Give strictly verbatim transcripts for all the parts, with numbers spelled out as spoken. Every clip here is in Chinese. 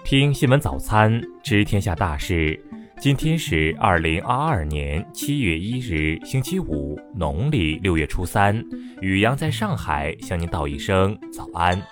听新闻早餐，知天下大事。今天是二零二二年七月一日，星期五，农历六月初三。宇阳在上海向您道一声早安。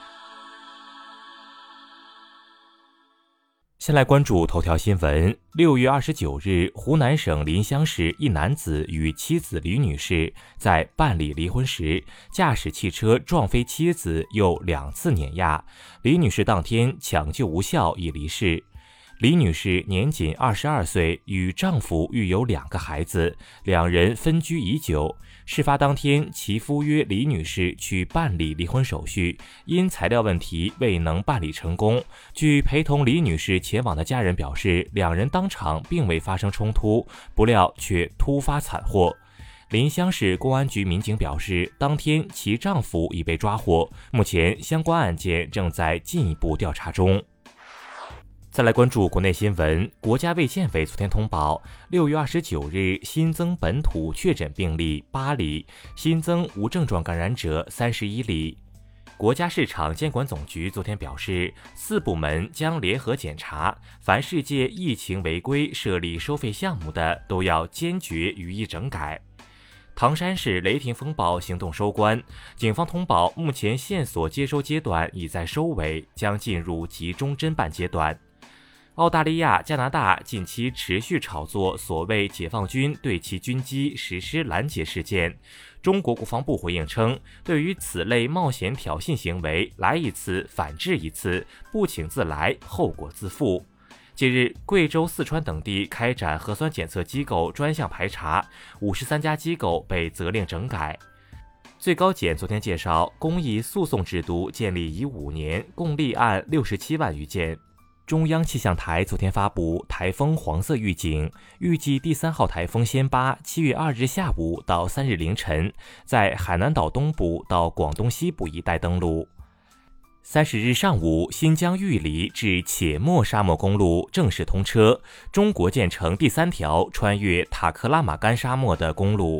先来关注头条新闻。六月二十九日，湖南省临湘市一男子与妻子李女士在办理离婚时，驾驶汽车撞飞妻子，又两次碾压。李女士当天抢救无效，已离世。李女士年仅二十二岁，与丈夫育有两个孩子，两人分居已久。事发当天，其夫约李女士去办理离婚手续，因材料问题未能办理成功。据陪同李女士前往的家人表示，两人当场并未发生冲突，不料却突发惨祸。临湘市公安局民警表示，当天其丈夫已被抓获，目前相关案件正在进一步调查中。再来关注国内新闻。国家卫健委昨天通报，六月二十九日新增本土确诊病例八例，新增无症状感染者三十一例。国家市场监管总局昨天表示，四部门将联合检查，凡是借疫情违规设立收费项目的，都要坚决予以整改。唐山市雷霆风暴行动收官，警方通报，目前线索接收阶段已在收尾，将进入集中侦办阶段。澳大利亚、加拿大近期持续炒作所谓解放军对其军机实施拦截事件。中国国防部回应称，对于此类冒险挑衅行为，来一次反制一次，不请自来，后果自负。近日，贵州、四川等地开展核酸检测机构专项排查，五十三家机构被责令整改。最高检昨天介绍，公益诉讼制度建立已五年，共立案六十七万余件。中央气象台昨天发布台风黄色预警，预计第三号台风暹芭七月二日下午到三日凌晨，在海南岛东部到广东西部一带登陆。三十日上午，新疆玉里至且末沙漠公路正式通车，中国建成第三条穿越塔克拉玛干沙漠的公路。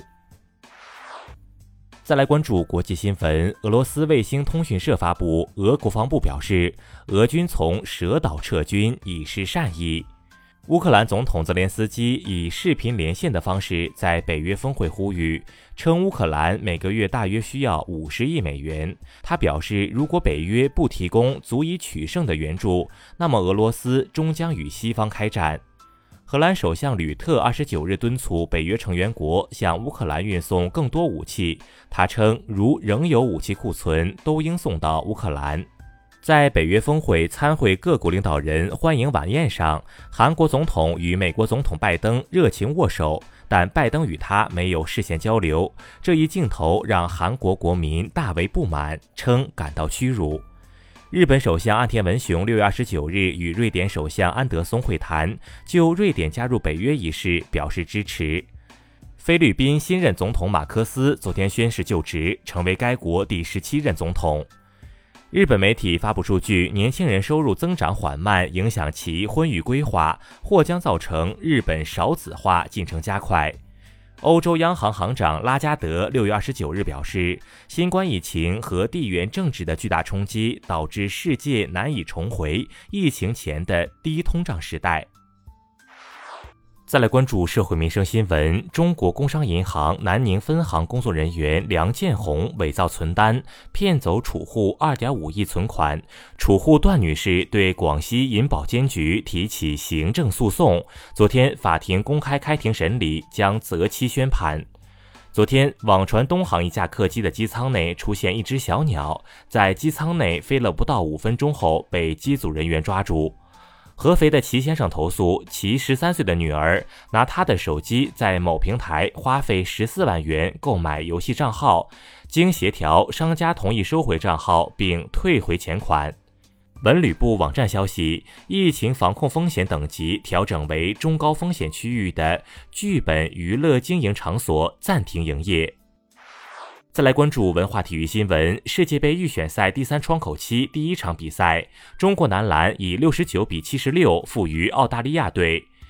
再来关注国际新闻。俄罗斯卫星通讯社发布，俄国防部表示，俄军从蛇岛撤军已是善意。乌克兰总统泽连斯基以视频连线的方式在北约峰会呼吁，称乌克兰每个月大约需要五十亿美元。他表示，如果北约不提供足以取胜的援助，那么俄罗斯终将与西方开战。荷兰首相吕特二十九日敦促北约成员国向乌克兰运送更多武器，他称，如仍有武器库存，都应送到乌克兰。在北约峰会参会各国领导人欢迎晚宴上，韩国总统与美国总统拜登热情握手，但拜登与他没有视线交流，这一镜头让韩国国民大为不满，称感到屈辱。日本首相岸田文雄六月二十九日与瑞典首相安德松会谈，就瑞典加入北约一事表示支持。菲律宾新任总统马科斯昨天宣誓就职，成为该国第十七任总统。日本媒体发布数据，年轻人收入增长缓慢，影响其婚育规划，或将造成日本少子化进程加快。欧洲央行行长拉加德六月二十九日表示，新冠疫情和地缘政治的巨大冲击导致世界难以重回疫情前的低通胀时代。再来关注社会民生新闻。中国工商银行南宁分行工作人员梁建红伪造存单，骗走储户 二点五亿存款。储户段女士对广西银保监局提起行政诉讼，昨天法庭公开开庭审理，将择期宣判。昨天，网传东航一架客机的机舱内出现一只小鸟，在机舱内飞了不到五分钟后被机组人员抓住。合肥的齐先生投诉，其十三岁的女儿拿他的手机在某平台花费十四万元购买游戏账号，经协调，商家同意收回账号并退回钱款。文旅部网站消息，疫情防控风险等级调整为中高风险区域的剧本娱乐经营场所暂停营业。再来关注文化体育新闻。世界杯预选赛第三窗口期第一场比赛，中国男篮以六十九比七十六负于澳大利亚队。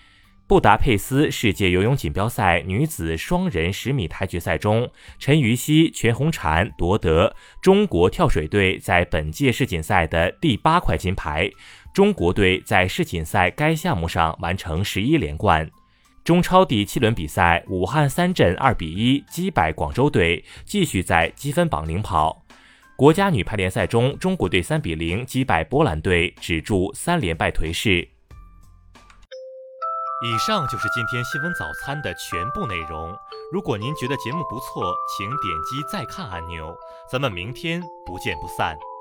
布达佩斯世界游泳锦标赛女子双人十米台决赛中，陈芋汐、全红婵夺得中国跳水队在本届世锦赛的第八块金牌，中国队在世锦赛该项目上完成十一连冠。中超第七轮比赛，武汉三镇二比一击败广州队，继续在积分榜领跑。国家女排联赛中，中国队三比零击败波兰队，止住三连败颓势。以上就是今天新闻早餐的全部内容。如果您觉得节目不错，请点击再看按钮。咱们明天不见不散。